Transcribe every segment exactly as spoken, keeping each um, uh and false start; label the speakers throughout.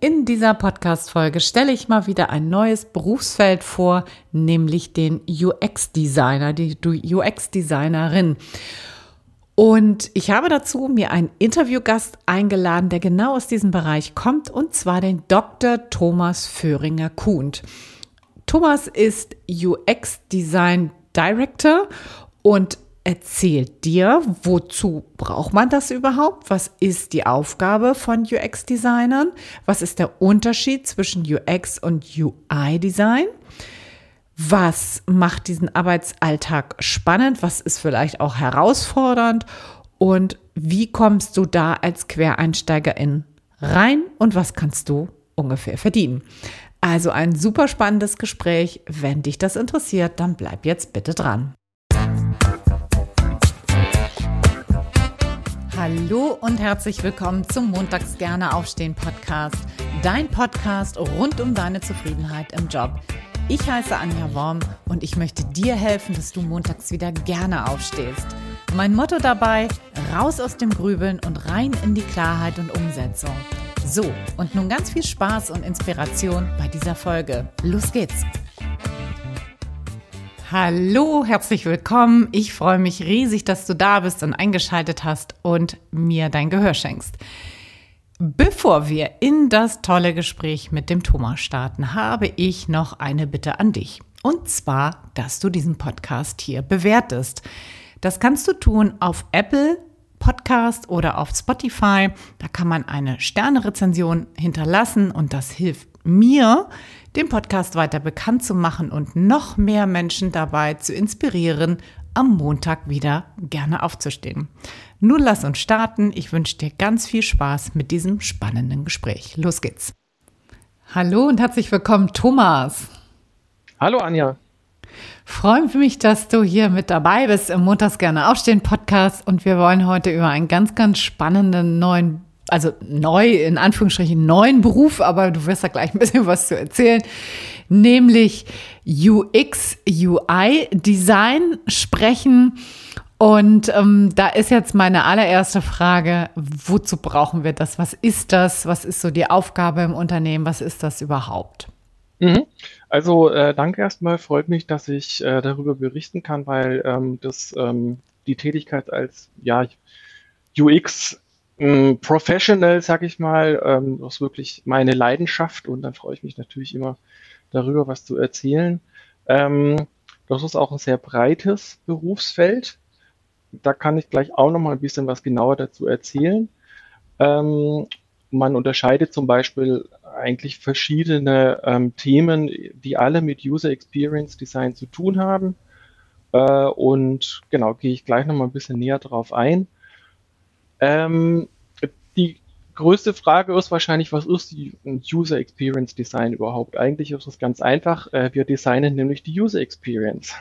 Speaker 1: In dieser Podcast-Folge stelle ich mal wieder ein neues Berufsfeld vor, nämlich den U X-Designer, die U X-Designerin. Und ich habe dazu mir einen Interviewgast eingeladen, der genau aus diesem Bereich kommt, und zwar den Doktor Thomas Föhringer-Kuhnt. Thomas ist U X-Design Director und erzählt dir, wozu braucht man das überhaupt? Was ist die Aufgabe von U X-Designern? Was ist der Unterschied zwischen U X und U I-Design? Was macht diesen Arbeitsalltag spannend? Was ist vielleicht auch herausfordernd? Und wie kommst du da als Quereinsteigerin rein? Und was kannst du ungefähr verdienen? Also ein super spannendes Gespräch. Wenn dich das interessiert, dann bleib jetzt bitte dran. Hallo und herzlich willkommen zum Montags gerne aufstehen Podcast, dein Podcast rund um deine Zufriedenheit im Job. Ich heiße Anja Worm und ich möchte dir helfen, dass du montags wieder gerne aufstehst. Mein Motto dabei: raus aus dem Grübeln und rein in die Klarheit und Umsetzung. So, und nun ganz viel Spaß und Inspiration bei dieser Folge. Los geht's! Hallo, herzlich willkommen. Ich freue mich riesig, dass du da bist und eingeschaltet hast und mir dein Gehör schenkst. Bevor wir in das tolle Gespräch mit dem Thomas starten, habe ich noch eine Bitte an dich. Und zwar, dass du diesen Podcast hier bewertest. Das kannst du tun auf Apple Podcast oder auf Spotify. Da kann man eine Sterne-Rezension hinterlassen und das hilft mir, den Podcast weiter bekannt zu machen und noch mehr Menschen dabei zu inspirieren, am Montag wieder gerne aufzustehen. Nun lass uns starten. Ich wünsche dir ganz viel Spaß mit diesem spannenden Gespräch. Los geht's. Hallo und herzlich willkommen, Thomas.
Speaker 2: Hallo, Anja.
Speaker 1: Freue mich, dass du hier mit dabei bist im Montags gerne aufstehen Podcast, und wir wollen heute über einen ganz, ganz spannenden neuen, also neu, in Anführungsstrichen neuen Beruf, aber du wirst da gleich ein bisschen was zu erzählen, nämlich U X, U I Design sprechen. Und ähm, da ist jetzt meine allererste Frage: Wozu brauchen wir das? Was ist das? Was ist so die Aufgabe im Unternehmen? Was ist das überhaupt?
Speaker 2: Mhm. Also äh, danke erstmal, freut mich, dass ich äh, darüber berichten kann, weil ähm, das ähm, die Tätigkeit als ja, U X ähm, Professional, sag ich mal, ähm, das ist wirklich meine Leidenschaft, und dann freue ich mich natürlich immer darüber, was zu erzählen. Ähm, das ist auch ein sehr breites Berufsfeld. Da kann ich gleich auch noch mal ein bisschen was genauer dazu erzählen. Ähm, man unterscheidet zum Beispiel eigentlich verschiedene ähm, Themen, die alle mit User Experience Design zu tun haben. Äh, und genau, gehe ich gleich noch mal ein bisschen näher drauf ein. Ähm, die größte Frage ist wahrscheinlich, was ist die User Experience Design überhaupt? Eigentlich ist es ganz einfach. Äh, wir designen nämlich die User Experience.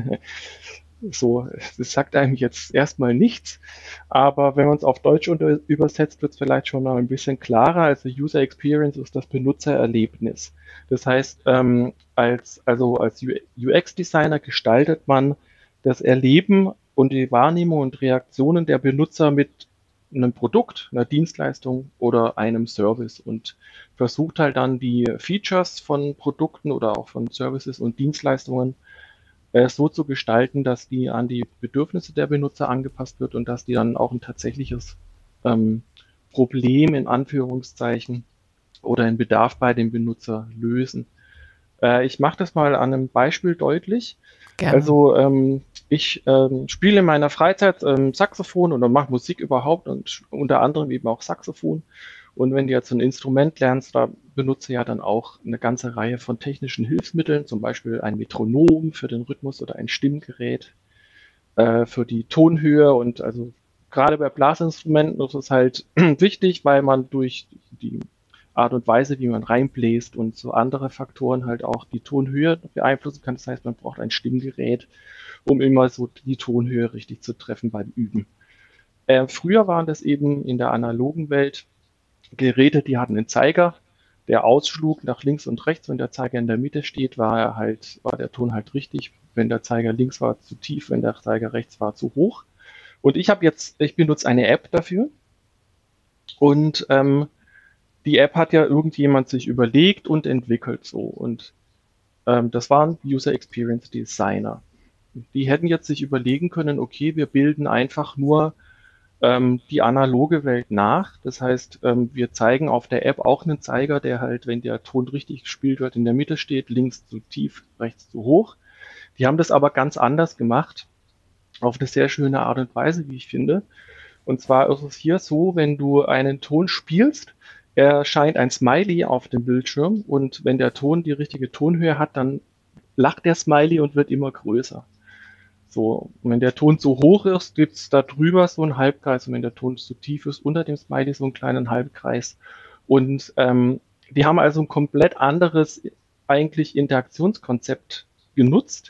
Speaker 2: So, das sagt einem jetzt erstmal nichts, aber wenn man es auf Deutsch unter, übersetzt, wird es vielleicht schon mal ein bisschen klarer. Also User Experience ist das Benutzererlebnis. Das heißt, ähm, als, also als U X-Designer gestaltet man das Erleben und die Wahrnehmung und Reaktionen der Benutzer mit einem Produkt, einer Dienstleistung oder einem Service und versucht halt dann die Features von Produkten oder auch von Services und Dienstleistungen so zu gestalten, dass die an die Bedürfnisse der Benutzer angepasst wird und dass die dann auch ein tatsächliches ähm, Problem in Anführungszeichen oder einen Bedarf bei dem Benutzer lösen. Äh, ich mache das mal an einem Beispiel deutlich. Gerne. Also ähm, ich ähm, spiele in meiner Freizeit ähm, Saxophon oder mache Musik überhaupt und unter anderem eben auch Saxophon. Und wenn du jetzt ein Instrument lernst, da benutze ja dann auch eine ganze Reihe von technischen Hilfsmitteln, zum Beispiel ein Metronom für den Rhythmus oder ein Stimmgerät äh, für die Tonhöhe. Und also gerade bei Blasinstrumenten ist es halt wichtig, weil man durch die Art und Weise, wie man reinbläst und so andere Faktoren halt auch die Tonhöhe beeinflussen kann. Das heißt, man braucht ein Stimmgerät, um immer so die Tonhöhe richtig zu treffen beim Üben. Äh, früher waren das eben in der analogen Welt Geräte, die hatten einen Zeiger, der ausschlug nach links und rechts. Wenn der Zeiger in der Mitte steht, war er halt, war der Ton halt richtig. Wenn der Zeiger links war, zu tief, wenn der Zeiger rechts war, zu hoch. Und ich habe jetzt, ich benutze eine App dafür. Und ähm, die App hat ja irgendjemand sich überlegt und entwickelt so. Und ähm, das waren User Experience Designer. Die hätten jetzt sich überlegen können, okay, wir bilden einfach nur ähm, die analoge Welt nach. Das heißt, ähm, wir zeigen auf der App auch einen Zeiger, der halt, wenn der Ton richtig gespielt wird, in der Mitte steht, links zu tief, rechts zu hoch. Die haben das aber ganz anders gemacht, auf eine sehr schöne Art und Weise, wie ich finde. Und zwar ist es hier so, wenn du einen Ton spielst, erscheint ein Smiley auf dem Bildschirm und wenn der Ton die richtige Tonhöhe hat, dann lacht der Smiley und wird immer größer. So, und wenn der Ton zu hoch ist, gibt's da drüber so einen Halbkreis und wenn der Ton zu tief ist, unter dem Smiley so einen kleinen Halbkreis. Und ähm, die haben also ein komplett anderes eigentlich Interaktionskonzept genutzt,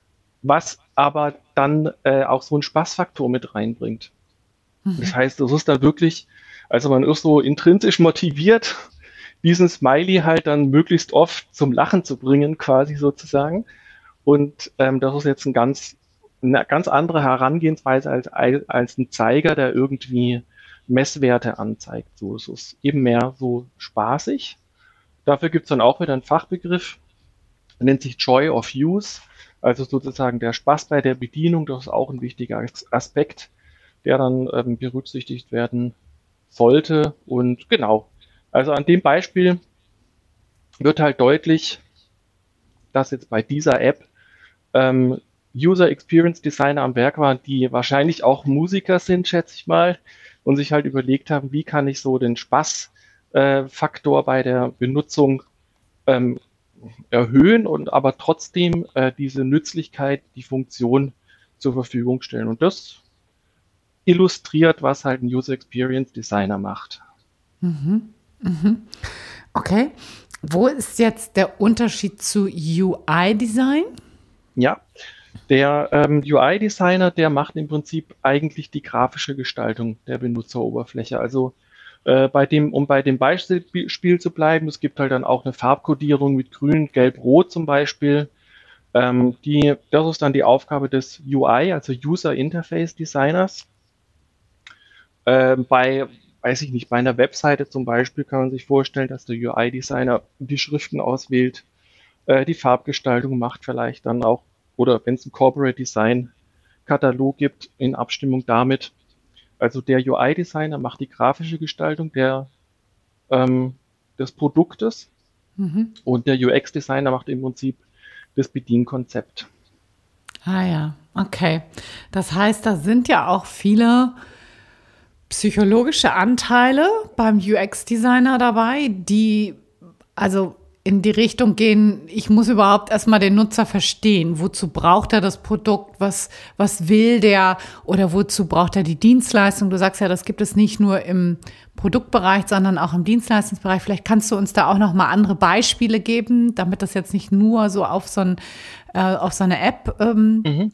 Speaker 2: was aber dann äh, auch so einen Spaßfaktor mit reinbringt. Das heißt, das ist da wirklich, also man ist so intrinsisch motiviert, diesen Smiley halt dann möglichst oft zum Lachen zu bringen, quasi sozusagen. Und ähm, das ist jetzt ein ganz, eine ganz andere Herangehensweise als, als ein Zeiger, der irgendwie Messwerte anzeigt. So, es ist eben mehr so spaßig. Dafür gibt es dann auch wieder einen Fachbegriff, nennt sich Joy of Use, also sozusagen der Spaß bei der Bedienung, das ist auch ein wichtiger Aspekt, der dann ähm, berücksichtigt werden sollte. Und genau, also an dem Beispiel wird halt deutlich, dass jetzt bei dieser App ähm, User Experience Designer am Werk waren, die wahrscheinlich auch Musiker sind, schätze ich mal, und sich halt überlegt haben, wie kann ich so den Spaßfaktor äh, bei der Benutzung ähm, erhöhen und aber trotzdem äh, diese Nützlichkeit, die Funktion zur Verfügung stellen. Und das illustriert, was halt ein User Experience Designer macht.
Speaker 1: Mhm. Mhm. Okay. Wo ist jetzt der Unterschied zu U I-Design?
Speaker 2: Ja, der ähm, U I-Designer, der macht im Prinzip eigentlich die grafische Gestaltung der Benutzeroberfläche. Also äh, bei dem, um bei dem Beispiel zu bleiben, es gibt halt dann auch eine Farbkodierung mit Grün, Gelb, Rot zum Beispiel. Ähm, die, das ist dann die Aufgabe des U I, also User Interface Designers. Ähm, bei, weiß ich nicht, bei einer Webseite zum Beispiel kann man sich vorstellen, dass der U I-Designer die Schriften auswählt, äh, die Farbgestaltung macht vielleicht dann auch, oder wenn es einen Corporate Design Katalog gibt, in Abstimmung damit. Also der U I-Designer macht die grafische Gestaltung der, ähm, des Produktes
Speaker 1: Mhm.
Speaker 2: und der U X-Designer macht im Prinzip das Bedienkonzept.
Speaker 1: Ah ja, okay. Das heißt, da sind ja auch viele psychologische Anteile beim U X-Designer dabei, die also in die Richtung gehen, ich muss überhaupt erstmal den Nutzer verstehen. Wozu braucht er das Produkt? Was, was will der? Oder wozu braucht er die Dienstleistung? Du sagst ja, das gibt es nicht nur im Produktbereich, sondern auch im Dienstleistungsbereich. Vielleicht kannst du uns da auch noch mal andere Beispiele geben, damit das jetzt nicht nur so auf so, ein, äh, auf so eine App ähm,
Speaker 2: Mhm.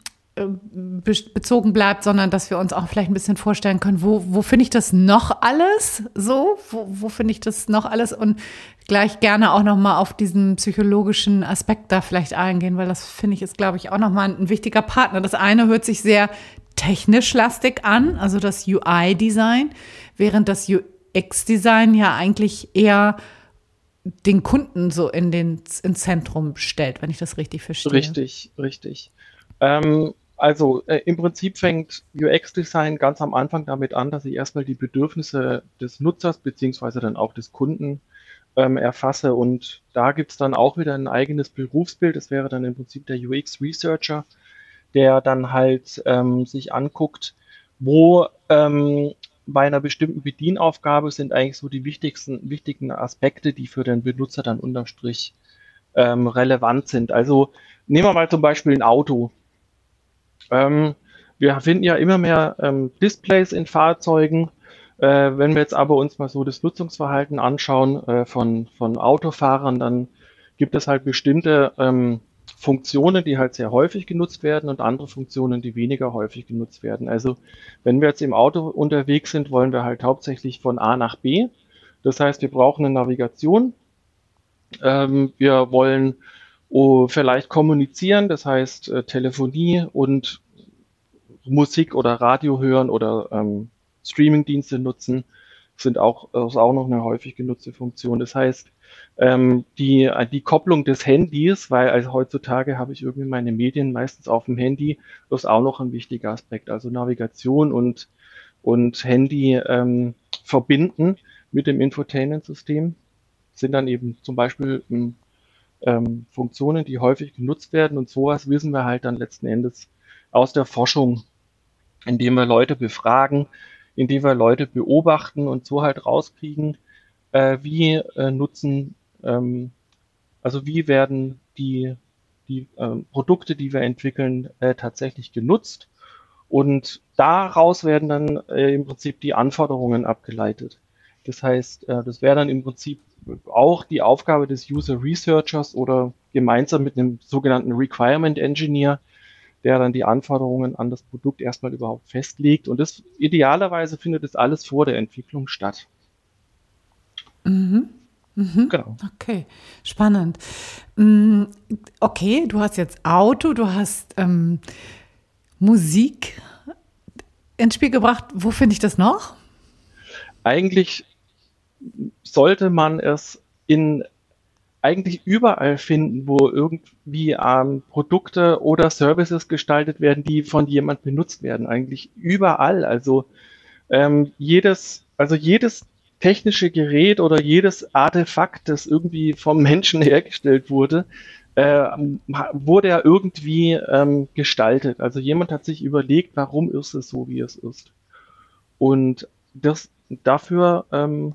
Speaker 1: bezogen bleibt, sondern dass wir uns auch vielleicht ein bisschen vorstellen können, wo, wo finde ich das noch alles so? Wo, wo finde ich das noch alles? Und gleich gerne auch noch mal auf diesen psychologischen Aspekt da vielleicht eingehen, weil das finde ich ist, glaube ich, auch noch mal ein wichtiger Partner. Das eine hört sich sehr technisch lastig an, also das U I-Design, während das U X-Design ja eigentlich eher den Kunden so in den, ins Zentrum stellt, wenn ich das richtig verstehe.
Speaker 2: Richtig, richtig. Ähm, also äh, im Prinzip fängt U X-Design ganz am Anfang damit an, dass ich erstmal die Bedürfnisse des Nutzers beziehungsweise dann auch des Kunden ähm, erfasse. Und da gibt's dann auch wieder ein eigenes Berufsbild. Das wäre dann im Prinzip der U X-Researcher, der dann halt ähm, sich anguckt, wo ähm, bei einer bestimmten Bedienaufgabe sind eigentlich so die wichtigsten wichtigen Aspekte, die für den Benutzer dann unterm Strich ähm, relevant sind. Also nehmen wir mal zum Beispiel ein Auto. Ähm, wir finden ja immer mehr ähm, Displays in Fahrzeugen. Äh, wenn wir jetzt aber uns mal so das Nutzungsverhalten anschauen äh, von, von Autofahrern, dann gibt es halt bestimmte ähm, Funktionen, die halt sehr häufig genutzt werden und andere Funktionen, die weniger häufig genutzt werden. Also wenn wir jetzt im Auto unterwegs sind, wollen wir halt hauptsächlich von A nach B. Das heißt, wir brauchen eine Navigation. Ähm, wir wollen oh, vielleicht kommunizieren, das heißt äh, Telefonie und Musik oder Radio hören oder ähm, Streamingdienste nutzen. sind auch, ist auch noch eine häufig genutzte Funktion. Das heißt, ähm, die, die Kopplung des Handys, weil also heutzutage habe ich irgendwie meine Medien meistens auf dem Handy, ist auch noch ein wichtiger Aspekt. Also Navigation und, und Handy ähm, verbinden mit dem Infotainment-System sind dann eben zum Beispiel ähm, Funktionen, die häufig genutzt werden. Und sowas wissen wir halt dann letzten Endes aus der Forschung, indem wir Leute befragen, indem wir Leute beobachten und so halt rauskriegen, äh, wie äh, nutzen, ähm, also wie werden die, die ähm, Produkte, die wir entwickeln, äh, tatsächlich genutzt. Und daraus werden dann äh, im Prinzip die Anforderungen abgeleitet. Das heißt, äh, das wäre dann im Prinzip auch die Aufgabe des User Researchers oder gemeinsam mit einem sogenannten Requirement Engineer, der dann die Anforderungen an das Produkt erstmal überhaupt festlegt. Und das idealerweise findet das alles vor der Entwicklung statt.
Speaker 1: Mhm. Mhm.
Speaker 2: Genau.
Speaker 1: Okay, spannend. Mm, Okay, du hast jetzt Auto, du hast ähm, Musik ins Spiel gebracht. Wo finde ich das noch?
Speaker 2: Eigentlich sollte man es in eigentlich überall finden, wo irgendwie ähm, Produkte oder Services gestaltet werden, die von jemand benutzt werden. Eigentlich überall. Also ähm, jedes, also jedes technische Gerät oder jedes Artefakt, das irgendwie vom Menschen hergestellt wurde, äh, wurde ja irgendwie ähm, gestaltet. Also jemand hat sich überlegt, warum ist es so, wie es ist. Und das dafür, ähm,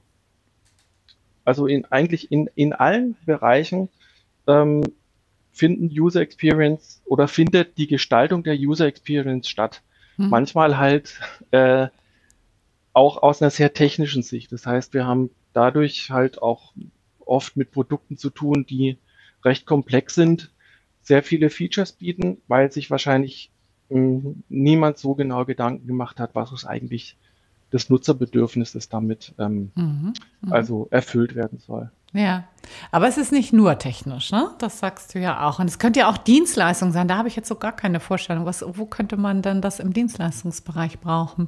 Speaker 2: also in eigentlich in, in allen Bereichen ähm, finden User Experience oder findet die Gestaltung der User Experience statt.
Speaker 1: Hm.
Speaker 2: Manchmal halt äh, auch aus einer sehr technischen Sicht. Das heißt, wir haben dadurch halt auch oft mit Produkten zu tun, die recht komplex sind, sehr viele Features bieten, weil sich wahrscheinlich mh, niemand so genau Gedanken gemacht hat, was ist eigentlich das Nutzerbedürfnis, das damit ähm,
Speaker 1: Mhm. Mhm.
Speaker 2: also erfüllt werden soll.
Speaker 1: Ja, aber es ist nicht nur technisch, ne? Das sagst du ja auch. Und es könnte ja auch Dienstleistung sein. Da habe ich jetzt so gar keine Vorstellung. Was, wo könnte man denn das im Dienstleistungsbereich brauchen?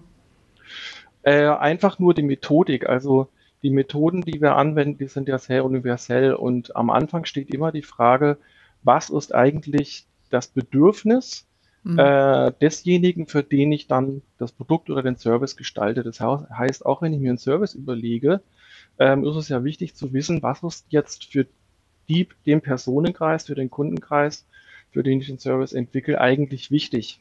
Speaker 2: Äh, einfach nur die Methodik, also die Methoden, die wir anwenden, die sind ja sehr universell und am Anfang steht immer die Frage, was ist eigentlich das Bedürfnis
Speaker 1: Mhm.
Speaker 2: äh, desjenigen, für den ich dann das Produkt oder den Service gestalte. Das heißt, auch wenn ich mir einen Service überlege, ähm, ist es ja wichtig zu wissen, was ist jetzt für die, den Personenkreis, für den Kundenkreis, für den ich den Service entwickle, eigentlich wichtig.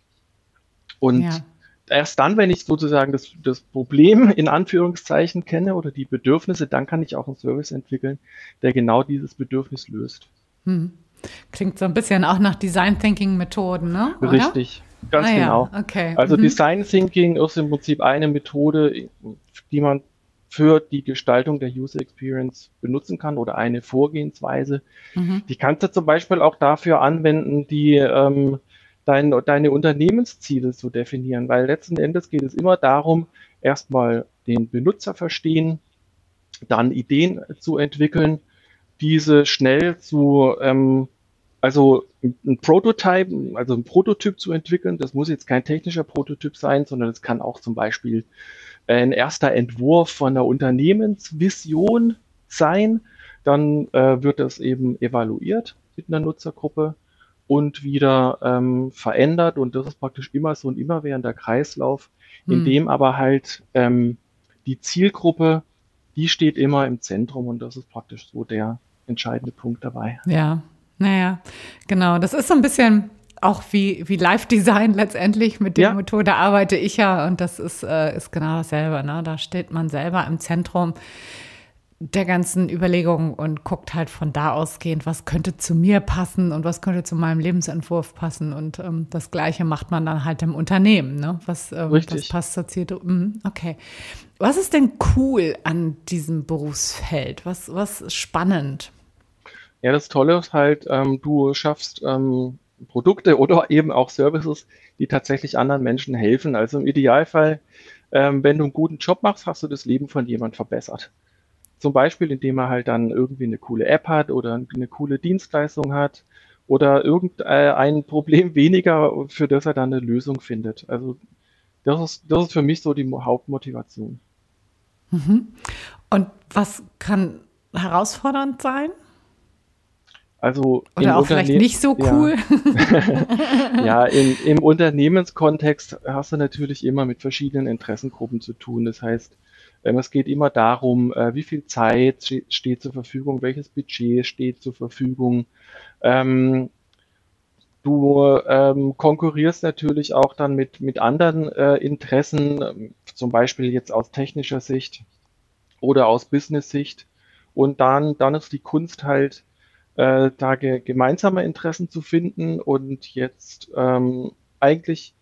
Speaker 2: Und
Speaker 1: Ja.
Speaker 2: erst dann, wenn ich sozusagen das, das Problem in Anführungszeichen kenne oder die Bedürfnisse, dann kann ich auch einen Service entwickeln, der genau dieses Bedürfnis löst.
Speaker 1: Hm. Klingt so ein bisschen auch nach Design Thinking Methoden, ne? Oder?
Speaker 2: Richtig,
Speaker 1: Ah
Speaker 2: ganz
Speaker 1: ja,
Speaker 2: genau.
Speaker 1: okay.
Speaker 2: Also
Speaker 1: Mhm.
Speaker 2: Design Thinking ist im Prinzip eine Methode, die man für die Gestaltung der User Experience benutzen kann oder eine Vorgehensweise.
Speaker 1: Mhm.
Speaker 2: Die kannst du zum Beispiel auch dafür anwenden, die ähm, dein, deine Unternehmensziele zu definieren, weil letzten Endes geht es immer darum, erstmal den Benutzer verstehen, dann Ideen zu entwickeln, diese schnell zu, ähm, also ein Prototype, also ein Prototyp zu entwickeln. Das muss jetzt kein technischer Prototyp sein, sondern es kann auch zum Beispiel ein erster Entwurf von einer Unternehmensvision sein. Dann äh, wird das eben evaluiert mit einer Nutzergruppe und wieder ähm, verändert. Und das ist praktisch immer so ein immerwährender Kreislauf, in
Speaker 1: Hm.
Speaker 2: dem aber halt ähm, die Zielgruppe, die steht immer im Zentrum und das ist praktisch so der entscheidende Punkt dabei.
Speaker 1: Ja, naja, genau. Das ist so ein bisschen auch wie, wie Live-Design letztendlich. Mit der
Speaker 2: Ja,
Speaker 1: Methode arbeite ich ja und das ist, äh, ist genau dasselbe. Ne? Da steht man selber im Zentrum der ganzen Überlegungen und guckt halt von da ausgehend, was könnte zu mir passen und was könnte zu meinem Lebensentwurf passen. Und ähm, das Gleiche macht man dann halt im Unternehmen. Ne? Was, ähm, was
Speaker 2: richtig.
Speaker 1: passt zur Zielgruppe? Mhm, okay. Was ist denn cool an diesem Berufsfeld? Was, was ist spannend?
Speaker 2: Ja, das Tolle ist halt, ähm, du schaffst ähm, Produkte oder eben auch Services, die tatsächlich anderen Menschen helfen. Also im Idealfall, ähm, wenn du einen guten Job machst, hast du das Leben von jemand verbessert. Zum Beispiel, indem er halt dann irgendwie eine coole App hat oder eine coole Dienstleistung hat oder irgendein Problem weniger, für das er dann eine Lösung findet. Also das ist, das ist für mich so die Mo- Hauptmotivation.
Speaker 1: Mhm. Und was kann herausfordernd sein?
Speaker 2: Also im
Speaker 1: Oder auch vielleicht
Speaker 2: Unternehmen,
Speaker 1: nicht so
Speaker 2: ja,
Speaker 1: cool?
Speaker 2: ja, im, im Unternehmenskontext hast du natürlich immer mit verschiedenen Interessengruppen zu tun. Das heißt, ähm, es geht immer darum, äh, wie viel Zeit ste- steht zur Verfügung, welches Budget steht zur Verfügung. Ähm, Du ähm, konkurrierst natürlich auch dann mit, mit anderen äh, Interessen, ähm, zum Beispiel jetzt aus technischer Sicht oder aus Business-Sicht. Und dann, dann ist die Kunst halt, äh, da ge gemeinsame Interessen zu finden und jetzt ähm, eigentlich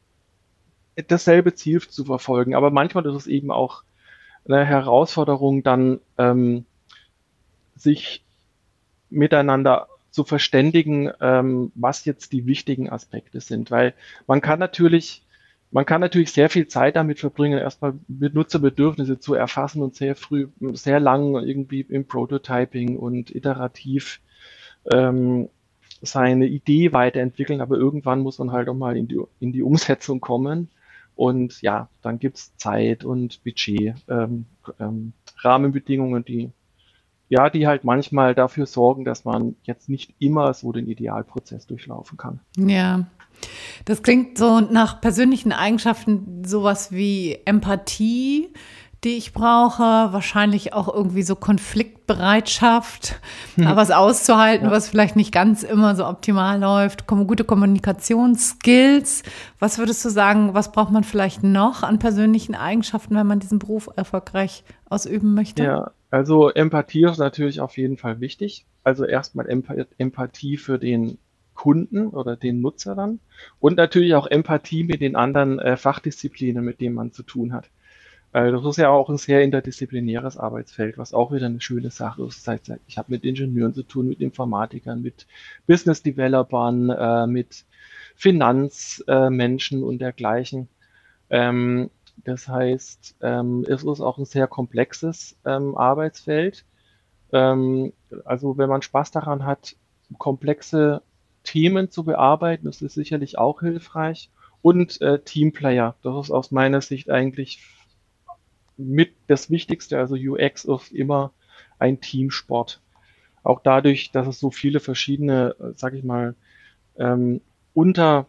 Speaker 2: dasselbe Ziel zu verfolgen. Aber manchmal ist es eben auch eine Herausforderung, dann ähm, sich miteinander zu verständigen, ähm, was jetzt die wichtigen Aspekte sind. Weil man kann natürlich, man kann natürlich sehr viel Zeit damit verbringen, erstmal Benutzerbedürfnisse zu erfassen und sehr früh, sehr lang irgendwie im Prototyping und iterativ ähm, seine Idee weiterentwickeln, aber irgendwann muss man halt auch mal in die, in die Umsetzung kommen. Und ja, dann gibt's Zeit und Budget, ähm, ähm, Rahmenbedingungen, die ja, die halt manchmal dafür sorgen, dass man jetzt nicht immer so den Idealprozess durchlaufen kann.
Speaker 1: Ja, das klingt so nach persönlichen Eigenschaften, sowas wie Empathie, die ich brauche, wahrscheinlich auch irgendwie so Konfliktbereitschaft, mal was auszuhalten,
Speaker 2: Ja,
Speaker 1: was vielleicht nicht ganz immer so optimal läuft, kom- gute Kommunikationsskills. Was würdest du sagen, was braucht man vielleicht noch an persönlichen Eigenschaften, wenn man diesen Beruf erfolgreich ausüben möchte?
Speaker 2: ja, also Empathie ist natürlich auf jeden Fall wichtig. Also erstmal Emp Empathie für den Kunden oder den Nutzer dann und natürlich auch Empathie mit den anderen äh, Fachdisziplinen, mit denen man zu tun hat. Weil das ist ja auch ein sehr interdisziplinäres Arbeitsfeld, was auch wieder eine schöne Sache ist. Das heißt, ich habe mit Ingenieuren zu tun, mit Informatikern, mit Business Developern, äh, mit Finanzmenschen und dergleichen. Ähm, das heißt, ähm, es ist auch ein sehr komplexes ähm, Arbeitsfeld. Ähm, also wenn man Spaß daran hat, komplexe Themen zu bearbeiten, ist es sicherlich auch hilfreich. Und äh, Teamplayer, das ist aus meiner Sicht eigentlich mit das Wichtigste. Also U X ist immer ein Teamsport. Auch dadurch, dass es so viele verschiedene, äh, sag ich mal, ähm, unter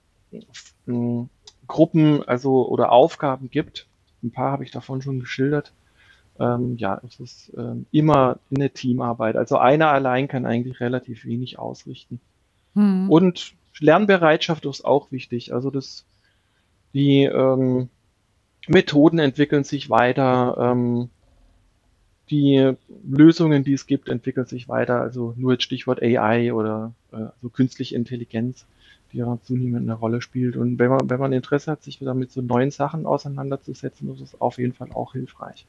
Speaker 2: ähm, Gruppen, also oder Aufgaben gibt. Ein paar habe ich davon schon geschildert. Ähm, ja, es ist ähm, immer eine Teamarbeit. Also einer allein kann eigentlich relativ wenig ausrichten.
Speaker 1: Hm.
Speaker 2: Und Lernbereitschaft ist auch wichtig. Also das, die ähm, Methoden entwickeln sich weiter. Ähm, die Lösungen, die es gibt, entwickeln sich weiter. Also nur jetzt Stichwort A I oder äh, also künstliche Intelligenz, die ja zunehmend eine Rolle spielt. Und wenn man, wenn man Interesse hat, sich wieder mit so neuen Sachen auseinanderzusetzen, ist es auf jeden Fall auch hilfreich.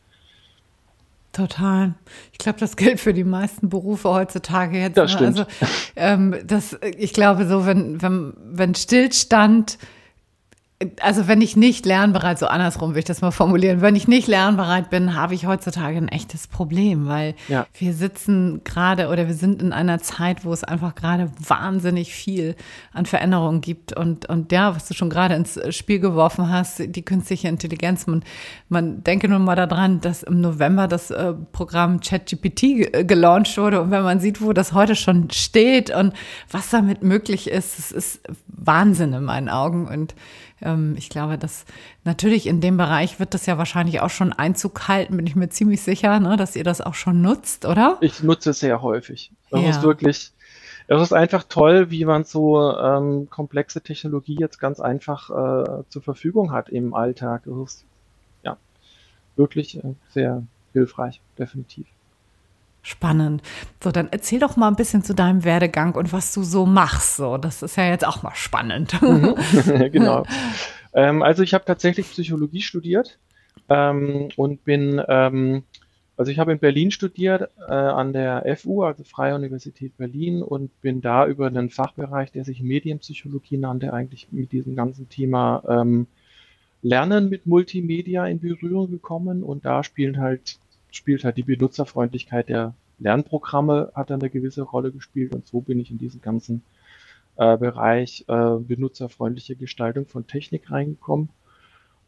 Speaker 1: Total. Ich glaube, das gilt für die meisten Berufe heutzutage jetzt.
Speaker 2: Das
Speaker 1: Ne? Also
Speaker 2: stimmt.
Speaker 1: ähm, das, ich glaube, so wenn, wenn, wenn Stillstand, also wenn ich nicht lernbereit, so andersrum will ich das mal formulieren, wenn ich nicht lernbereit bin, habe ich heutzutage ein echtes Problem, weil
Speaker 2: Ja,
Speaker 1: wir sitzen gerade oder wir sind in einer Zeit, wo es einfach gerade wahnsinnig viel an Veränderungen gibt und, und ja, was du schon gerade ins Spiel geworfen hast, die künstliche Intelligenz, man, man denke nur mal daran, dass im November das äh, Programm ChatGPT ge gelauncht wurde und wenn man sieht, wo das heute schon steht und was damit möglich ist, es ist Wahnsinn in meinen Augen und ähm, ich glaube, dass natürlich in dem Bereich wird das ja wahrscheinlich auch schon Einzug halten, bin ich mir ziemlich sicher, ne, dass ihr das auch schon nutzt, oder?
Speaker 2: ich nutze es sehr häufig. Das ist
Speaker 1: Ja,
Speaker 2: wirklich, es ist einfach toll, wie man so ähm, komplexe Technologie jetzt ganz einfach äh, zur Verfügung hat im Alltag. Das ist ja wirklich äh, sehr hilfreich, definitiv.
Speaker 1: spannend. So, dann erzähl doch mal ein bisschen zu deinem Werdegang und was du so machst. So, das ist ja jetzt auch mal spannend.
Speaker 2: Mhm. Genau. Ähm, also ich habe tatsächlich Psychologie studiert ähm, und bin, ähm, also ich habe in Berlin studiert, äh, an der F U, also Freie Universität Berlin, und bin da über einen Fachbereich, der sich Medienpsychologie nannte, eigentlich mit diesem ganzen Thema ähm, Lernen mit Multimedia in Berührung gekommen. Und da spielt halt, spielt halt die Benutzerfreundlichkeit der Lernprogramme hat dann eine gewisse Rolle gespielt. Und so bin ich in diesen ganzen äh, Bereich äh, benutzerfreundliche Gestaltung von Technik reingekommen.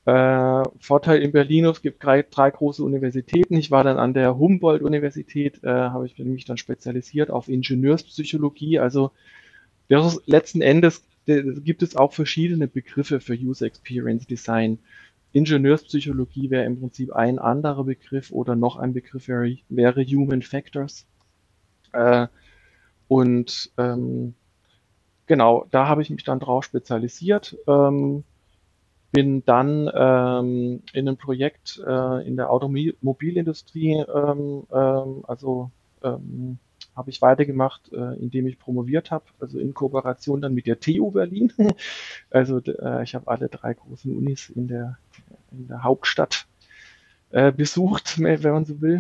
Speaker 2: Äh, Vorteil in Berlin, es gibt drei, drei große Universitäten. Ich war dann an der Humboldt-Universität, äh, habe ich mich dann spezialisiert auf Ingenieurspsychologie. Also das ist, letzten Endes äh, gibt es auch verschiedene Begriffe für User Experience Design. Ingenieurspsychologie wäre im Prinzip ein anderer Begriff oder noch ein Begriff wäre, wäre Human Factors. Äh, und ähm, genau, da habe ich mich dann drauf spezialisiert. Ähm, bin dann ähm, in einem Projekt äh, in der Automobilindustrie, ähm, ähm, also ähm, habe ich weitergemacht, äh, indem ich promoviert habe, also in Kooperation dann mit der T U Berlin. Also äh, ich habe alle drei großen Unis in der, in der Hauptstadt äh, besucht, wenn man so will.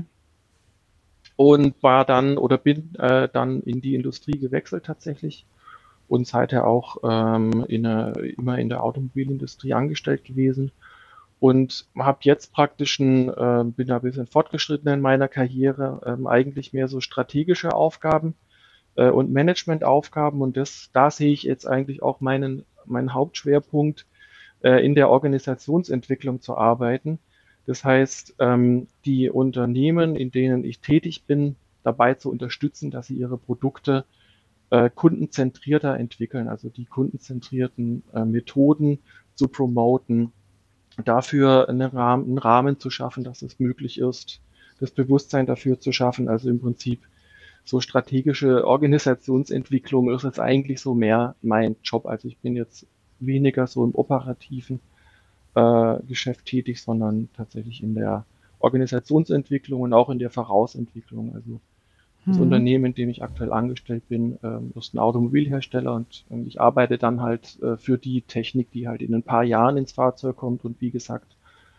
Speaker 2: Und war dann oder bin äh, dann in die Industrie gewechselt tatsächlich und seither auch ähm, in der, immer in der Automobilindustrie angestellt gewesen und habe jetzt praktisch ein, äh, bin da ein bisschen fortgeschritten in meiner Karriere, ähm, eigentlich mehr so strategische Aufgaben äh, und Managementaufgaben und das, da sehe ich jetzt eigentlich auch meinen, meinen Hauptschwerpunkt äh, in der Organisationsentwicklung zu arbeiten. Das heißt, ähm, die Unternehmen, in denen ich tätig bin, dabei zu unterstützen, dass sie ihre Produkte äh, kundenzentrierter entwickeln, also die kundenzentrierten äh, Methoden zu promoten, dafür einen Rahmen, einen Rahmen zu schaffen, dass es möglich ist, das Bewusstsein dafür zu schaffen. Also im Prinzip so strategische Organisationsentwicklung ist jetzt eigentlich so mehr mein Job. Also ich bin jetzt weniger so im operativen äh, Geschäft tätig, sondern tatsächlich in der Organisationsentwicklung und auch in der Vorausentwicklung. Also das
Speaker 1: Mhm.
Speaker 2: Unternehmen, in dem ich aktuell angestellt bin, ähm, ist ein Automobilhersteller und ähm, ich arbeite dann halt äh, für die Technik, die halt in ein paar Jahren ins Fahrzeug kommt und wie gesagt,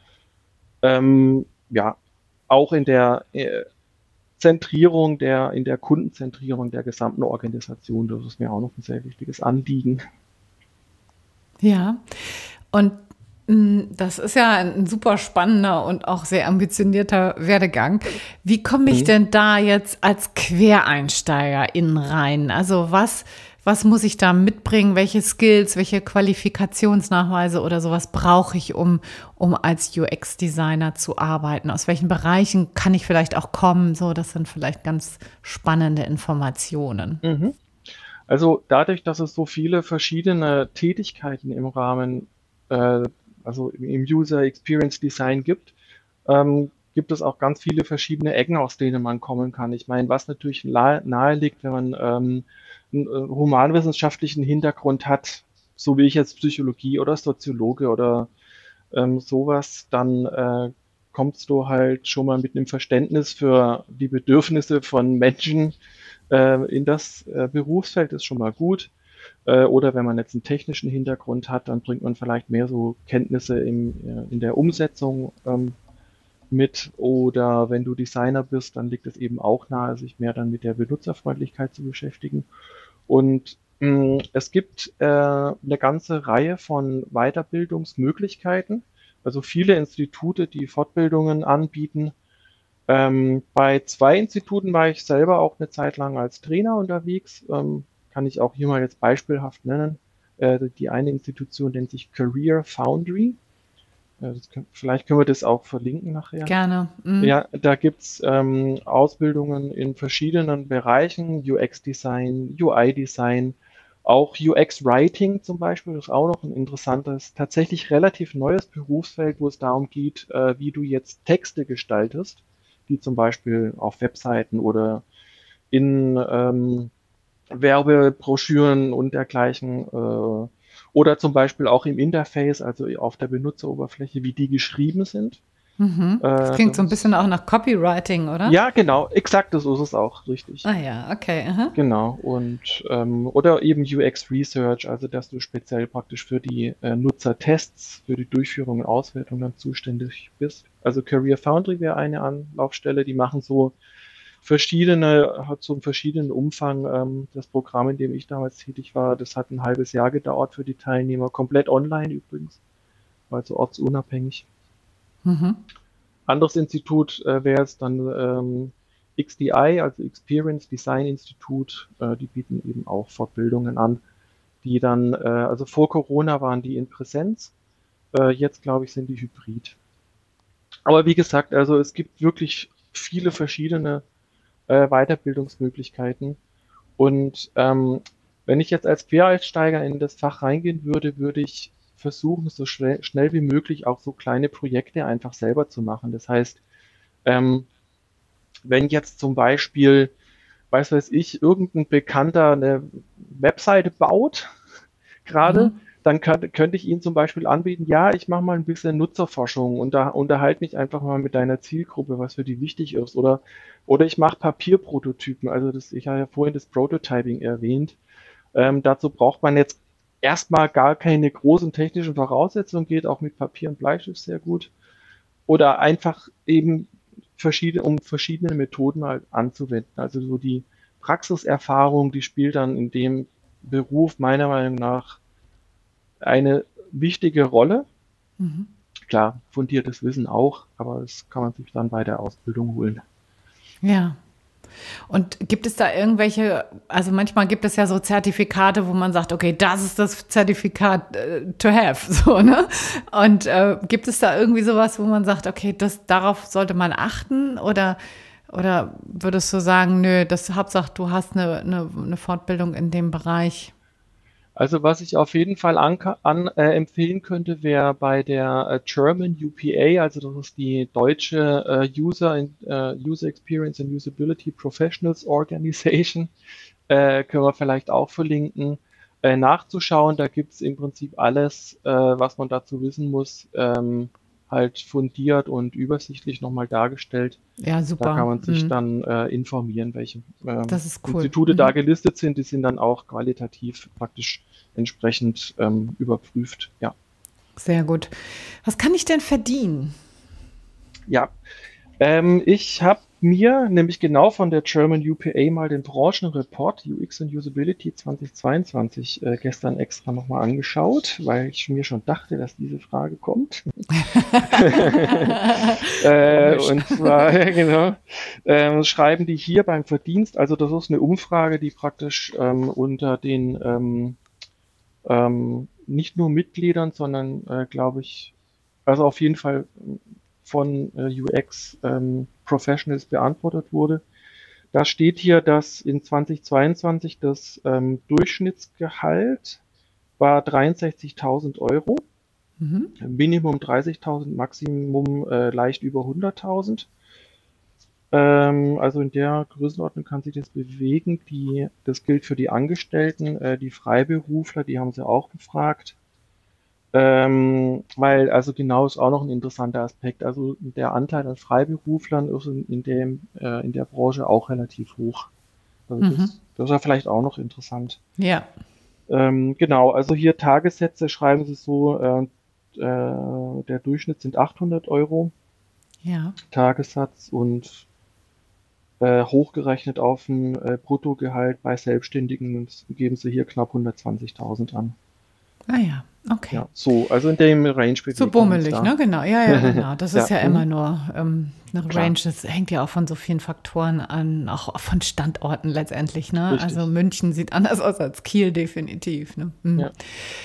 Speaker 2: ähm, ja, auch in der äh, Zentrierung der, in der Kundenzentrierung der gesamten Organisation, das ist mir auch noch ein sehr wichtiges Anliegen.
Speaker 1: Ja, und mh, das ist ja ein super spannender und auch sehr ambitionierter Werdegang. Wie komme ich
Speaker 2: Mhm.
Speaker 1: denn da jetzt als Quereinsteiger in rein? Also was, was muss ich da mitbringen? Welche Skills, welche Qualifikationsnachweise oder sowas brauche ich, um, um als U X-Designer zu arbeiten? Aus welchen Bereichen kann ich vielleicht auch kommen? So, das sind vielleicht ganz spannende Informationen.
Speaker 2: Mhm. Also dadurch, dass es so viele verschiedene Tätigkeiten im Rahmen, äh, also im User Experience Design gibt, ähm, gibt es auch ganz viele verschiedene Ecken, aus denen man kommen kann. Ich meine, was natürlich nahe, nahe liegt, wenn man ähm, einen äh, humanwissenschaftlichen Hintergrund hat, so wie ich jetzt Psychologie oder Soziologe oder ähm, sowas, dann äh, kommst du halt schon mal mit einem Verständnis für die Bedürfnisse von Menschen äh, in das äh, Berufsfeld, ist schon mal gut. Äh, oder wenn man jetzt einen technischen Hintergrund hat, dann bringt man vielleicht mehr so Kenntnisse im, äh, in der Umsetzung ähm, mit. Oder wenn du Designer bist, dann liegt es eben auch nahe, sich mehr dann mit der Benutzerfreundlichkeit zu beschäftigen. Und mh, es gibt äh, eine ganze Reihe von Weiterbildungsmöglichkeiten, also viele Institute, die Fortbildungen anbieten. Ähm, bei zwei Instituten war ich selber auch eine Zeit lang als Trainer unterwegs. Ähm, kann ich auch hier mal jetzt beispielhaft nennen. Äh, die eine Institution nennt sich Career Foundry. Äh, das können, vielleicht können wir das auch verlinken nachher.
Speaker 1: Gerne. Mhm.
Speaker 2: Ja, da gibt's ähm, Ausbildungen in verschiedenen Bereichen, U X-Design, U I-Design, auch U X-Writing zum Beispiel, ist auch noch ein interessantes, tatsächlich relativ neues Berufsfeld, wo es darum geht, äh, wie du jetzt Texte gestaltest, die zum Beispiel auf Webseiten oder in ähm, Werbebroschüren und dergleichen äh, oder zum Beispiel auch im Interface, also auf der Benutzeroberfläche, wie die geschrieben sind.
Speaker 1: Mhm. Das
Speaker 2: Äh,
Speaker 1: klingt
Speaker 2: das
Speaker 1: so ein bisschen
Speaker 2: ist
Speaker 1: auch nach Copywriting, oder?
Speaker 2: ja, genau, exakt, so ist es auch, richtig.
Speaker 1: Ah ja, okay. Aha.
Speaker 2: Genau. Und ähm, oder eben U X Research, also dass du speziell praktisch für die äh, Nutzertests, für die Durchführung und Auswertung dann zuständig bist. Also Career Foundry wäre eine Anlaufstelle, die machen so verschiedene, hat so einen verschiedenen Umfang. Ähm, das Programm, in dem ich damals tätig war, das hat ein halbes Jahr gedauert für die Teilnehmer, komplett online übrigens, also ortsunabhängig.
Speaker 1: Mhm.
Speaker 2: Anderes Institut äh, wäre es dann ähm, X D I, also Experience Design Institute. Äh, die bieten eben auch Fortbildungen an, die dann, äh, also vor Corona waren die in Präsenz. Äh, jetzt, glaube ich, sind die hybrid. Aber wie gesagt, also es gibt wirklich viele verschiedene äh, Weiterbildungsmöglichkeiten. Und ähm, wenn ich jetzt als Quereinsteiger in das Fach reingehen würde, würde ich versuchen, so schnell, schnell wie möglich auch so kleine Projekte einfach selber zu machen. Das heißt, ähm, wenn jetzt zum Beispiel, weiß weiß ich, irgendein Bekannter eine Webseite baut, gerade,
Speaker 1: Mhm.
Speaker 2: dann kann, könnte ich Ihnen zum Beispiel anbieten, ja, ich mache mal ein bisschen Nutzerforschung und da unterhalte mich einfach mal mit deiner Zielgruppe, was für die wichtig ist. Oder, oder ich mache Papierprototypen. Also das, ich habe ja vorhin das Prototyping erwähnt. Ähm, dazu braucht man jetzt erstmal gar keine großen technischen Voraussetzungen, geht auch mit Papier und Bleistift sehr gut. Oder einfach eben verschiedene, um verschiedene Methoden halt anzuwenden. Also so die Praxiserfahrung, die spielt dann in dem Beruf meiner Meinung nach eine wichtige Rolle.
Speaker 1: Mhm.
Speaker 2: Klar, fundiertes Wissen auch, aber das kann man sich dann bei der Ausbildung holen.
Speaker 1: Ja. Und gibt es da irgendwelche, also manchmal gibt es ja so Zertifikate, wo man sagt, okay, das ist das Zertifikat äh, to have, so, ne? Und äh, gibt es da irgendwie sowas, wo man sagt, okay, das, darauf sollte man achten? Oder, oder würdest du sagen, nö, das Hauptsache, du hast eine, eine, eine Fortbildung in dem Bereich?
Speaker 2: Also was ich auf jeden Fall an, an, äh, empfehlen könnte, wäre bei der äh, German U P A, also das ist die deutsche äh, User, in, äh, User Experience and Usability Professionals Organization, äh, können wir vielleicht auch verlinken, äh, nachzuschauen. Da gibt es im Prinzip alles, äh, was man dazu wissen muss, ähm, halt fundiert und übersichtlich nochmal dargestellt.
Speaker 1: Ja,
Speaker 2: Da kann
Speaker 1: super.
Speaker 2: man sich
Speaker 1: Mhm.
Speaker 2: dann äh, informieren, welche ähm,
Speaker 1: Das ist cool.
Speaker 2: Institute da
Speaker 1: Mhm.
Speaker 2: gelistet sind. Die sind dann auch qualitativ praktisch entsprechend ähm, überprüft. Ja,
Speaker 1: Sehr gut. Was kann ich denn verdienen?
Speaker 2: ja. Ähm, ich habe mir nämlich genau von der German U P A mal den Branchenreport U X und Usability zweitausendzweiundzwanzig äh, gestern extra nochmal angeschaut, weil ich mir schon dachte, dass diese Frage kommt. äh,
Speaker 1: Logisch.
Speaker 2: und zwar, ja, genau, ähm, schreiben die hier beim Verdienst, also das ist eine Umfrage, die praktisch ähm, unter den ähm, ähm, nicht nur Mitgliedern, sondern äh, glaube ich, also auf jeden Fall von äh, U X ähm, Professionals beantwortet wurde. Da steht hier, dass in zweitausendzweiundzwanzig das ähm, Durchschnittsgehalt war dreiundsechzigtausend Euro,
Speaker 1: Mhm.
Speaker 2: Minimum dreißigtausend, Maximum äh, leicht über hunderttausend. Ähm, also in der Größenordnung kann sich das bewegen. Die, das gilt für die Angestellten, äh, die Freiberufler, die haben sie auch befragt. Ähm, weil, also genau ist auch noch ein interessanter Aspekt. Also der Anteil an Freiberuflern ist in, in dem, äh, in der Branche auch relativ hoch. Also
Speaker 1: Mhm.
Speaker 2: das, das ist ja vielleicht auch noch interessant.
Speaker 1: Ja.
Speaker 2: Ähm, genau, also hier Tagessätze schreiben sie so, äh, äh, der Durchschnitt sind achthundert Euro
Speaker 1: Ja.
Speaker 2: Tagessatz und äh, hochgerechnet auf ein äh, Bruttogehalt bei Selbstständigen geben sie hier knapp hundertzwanzigtausend an.
Speaker 1: Ah ja, okay.
Speaker 2: Ja, so, also in dem Range
Speaker 1: So
Speaker 2: bewegen wir uns
Speaker 1: bummelig,
Speaker 2: da.
Speaker 1: ne? Genau. Ja, ja, genau. Das ist
Speaker 2: Ja,
Speaker 1: ja immer
Speaker 2: hm,
Speaker 1: nur ähm, eine
Speaker 2: klar,
Speaker 1: Range. Das hängt ja auch von so vielen Faktoren an, auch von Standorten letztendlich, ne? Also
Speaker 2: richtig.
Speaker 1: München sieht anders aus als Kiel, definitiv. Ne? Mhm.
Speaker 2: Ja.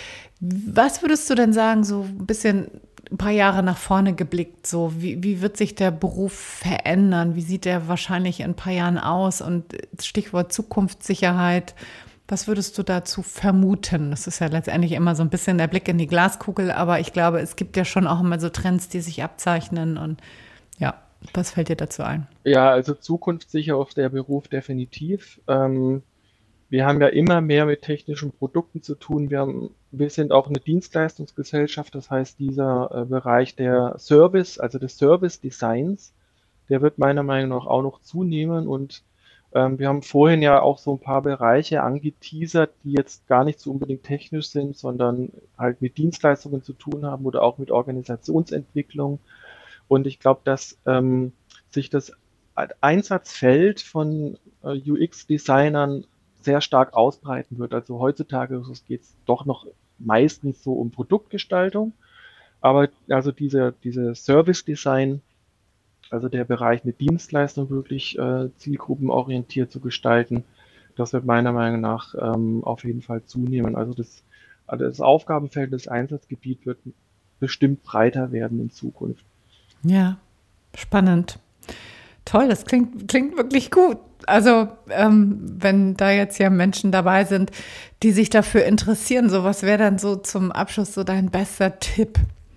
Speaker 1: Was würdest du denn sagen, so ein bisschen ein paar Jahre nach vorne geblickt, so wie, wie wird sich der Beruf verändern? Wie sieht der wahrscheinlich in ein paar Jahren aus? Und Stichwort Zukunftssicherheit, was würdest du dazu vermuten? Das ist ja letztendlich immer so ein bisschen der Blick in die Glaskugel, aber ich glaube, es gibt ja schon auch immer so Trends, die sich abzeichnen. Und ja, was fällt dir dazu ein?
Speaker 2: Ja, also zukunftssicher auf der Beruf definitiv. Ähm, wir haben ja immer mehr mit technischen Produkten zu tun. Wir haben, wir sind auch eine Dienstleistungsgesellschaft, das heißt, dieser äh, Bereich der Service, also des Service Designs, der wird meiner Meinung nach auch noch zunehmen und ähm, wir haben vorhin ja auch so ein paar Bereiche angeteasert, die jetzt gar nicht so unbedingt technisch sind, sondern halt mit Dienstleistungen zu tun haben oder auch mit Organisationsentwicklung. Und ich glaube, dass ähm, sich das Einsatzfeld von äh, U X-Designern sehr stark ausbreiten wird. Also heutzutage geht es doch noch meistens so um Produktgestaltung, aber also diese, diese Service-Design, also der Bereich mit Dienstleistung wirklich äh, zielgruppenorientiert zu gestalten, das wird meiner Meinung nach ähm, auf jeden Fall zunehmen. Also das, also das Aufgabenfeld, das Einsatzgebiet wird bestimmt breiter werden in Zukunft.
Speaker 1: Ja, spannend. Toll, das klingt, klingt wirklich gut. Also ähm, wenn da jetzt ja Menschen dabei sind, die sich dafür interessieren, so was wäre dann so zum Abschluss so dein bester Tipp?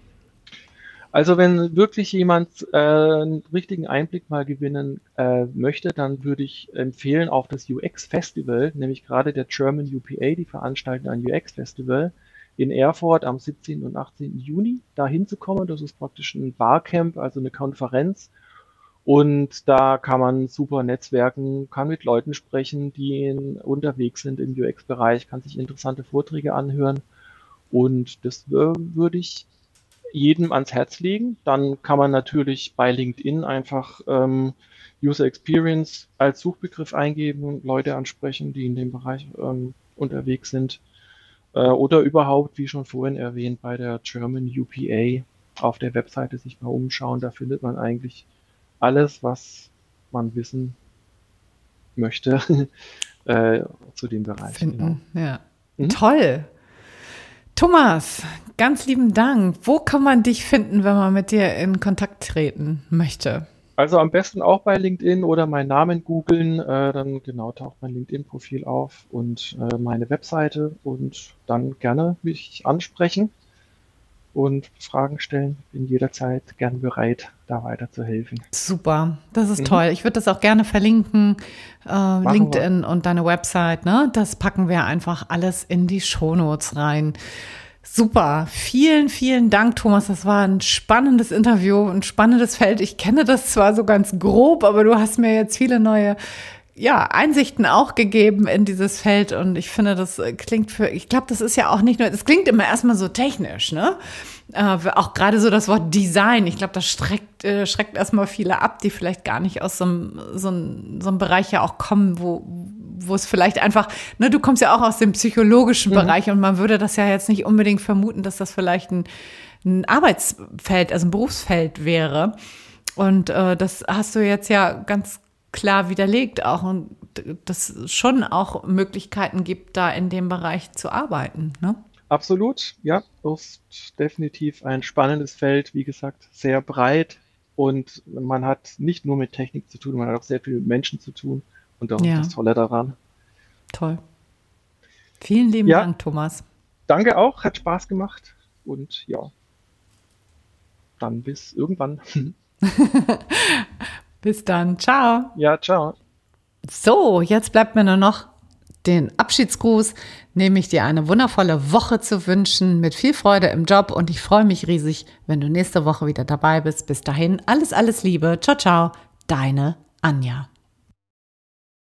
Speaker 2: Also wenn wirklich jemand äh, einen richtigen Einblick mal gewinnen äh, möchte, dann würde ich empfehlen, auf das U X-Festival, nämlich gerade der German U P A, die veranstalten ein U X-Festival in Erfurt am siebzehnten und achtzehnten Juni, da hinzukommen. Das ist praktisch ein Barcamp, also eine Konferenz. Und da kann man super netzwerken, kann mit Leuten sprechen, die in, unterwegs sind im U X-Bereich, kann sich interessante Vorträge anhören. Und das äh, würde ich jedem ans Herz legen. Dann kann man natürlich bei LinkedIn einfach ähm, User Experience als Suchbegriff eingeben, Leute ansprechen, die in dem Bereich ähm, unterwegs sind. Äh, oder überhaupt, wie schon vorhin erwähnt, bei der German U P A auf der Webseite sich mal umschauen. Da findet man eigentlich alles, was man wissen möchte äh, zu dem Bereich.
Speaker 1: Finden, genau. Ja.
Speaker 2: Mhm.
Speaker 1: Toll. Thomas, ganz lieben Dank. Wo kann man dich finden, wenn man mit dir in Kontakt treten möchte?
Speaker 2: Also am besten auch bei LinkedIn oder meinen Namen googeln, äh, dann genau taucht mein LinkedIn-Profil auf und äh, meine Webseite und dann gerne mich ansprechen und Fragen stellen. Bin jederzeit gern bereit, da weiterzuhelfen.
Speaker 1: Super, das ist
Speaker 2: Mhm.
Speaker 1: toll. Ich würde das auch gerne verlinken, äh, LinkedIn
Speaker 2: wir.
Speaker 1: und deine Website, ne? Das packen wir einfach alles in die Shownotes rein. Super, vielen, vielen Dank, Thomas. Das war ein spannendes Interview, ein spannendes Feld. Ich kenne das zwar so ganz grob, aber du hast mir jetzt viele neue ja, Einsichten auch gegeben in dieses Feld und ich finde, das klingt für, ich glaube, das ist ja auch nicht nur, das klingt immer erstmal so technisch, ne? Äh, auch gerade so das Wort Design, ich glaube, das schreckt, äh, schreckt erstmal viele ab, die vielleicht gar nicht aus so einem, so einem, so einem Bereich ja auch kommen, wo, wo es vielleicht einfach, ne, du kommst ja auch aus dem psychologischen mhm. Bereich und man würde das ja jetzt nicht unbedingt vermuten, dass das vielleicht ein, ein Arbeitsfeld, also ein Berufsfeld wäre. Und äh, das hast du jetzt ja ganz klar widerlegt auch und dass es schon auch Möglichkeiten gibt, da in dem Bereich zu arbeiten, ne?
Speaker 2: Absolut, ja, ist definitiv ein spannendes Feld, wie gesagt, sehr breit und man hat nicht nur mit Technik zu tun, man hat auch sehr viel mit Menschen zu tun und das
Speaker 1: Ja.
Speaker 2: ist das Tolle daran.
Speaker 1: Toll. Vielen lieben
Speaker 2: ja,
Speaker 1: Dank, Thomas.
Speaker 2: Danke auch, hat Spaß gemacht und ja, dann bis irgendwann.
Speaker 1: Bis dann. Ciao.
Speaker 2: Ja, ciao.
Speaker 1: So, jetzt bleibt mir nur noch den Abschiedsgruß, nämlich dir eine wundervolle Woche zu wünschen, mit viel Freude im Job und ich freue mich riesig, wenn du nächste Woche wieder dabei bist. Bis dahin, alles, alles Liebe. Ciao, ciao. Deine Anja.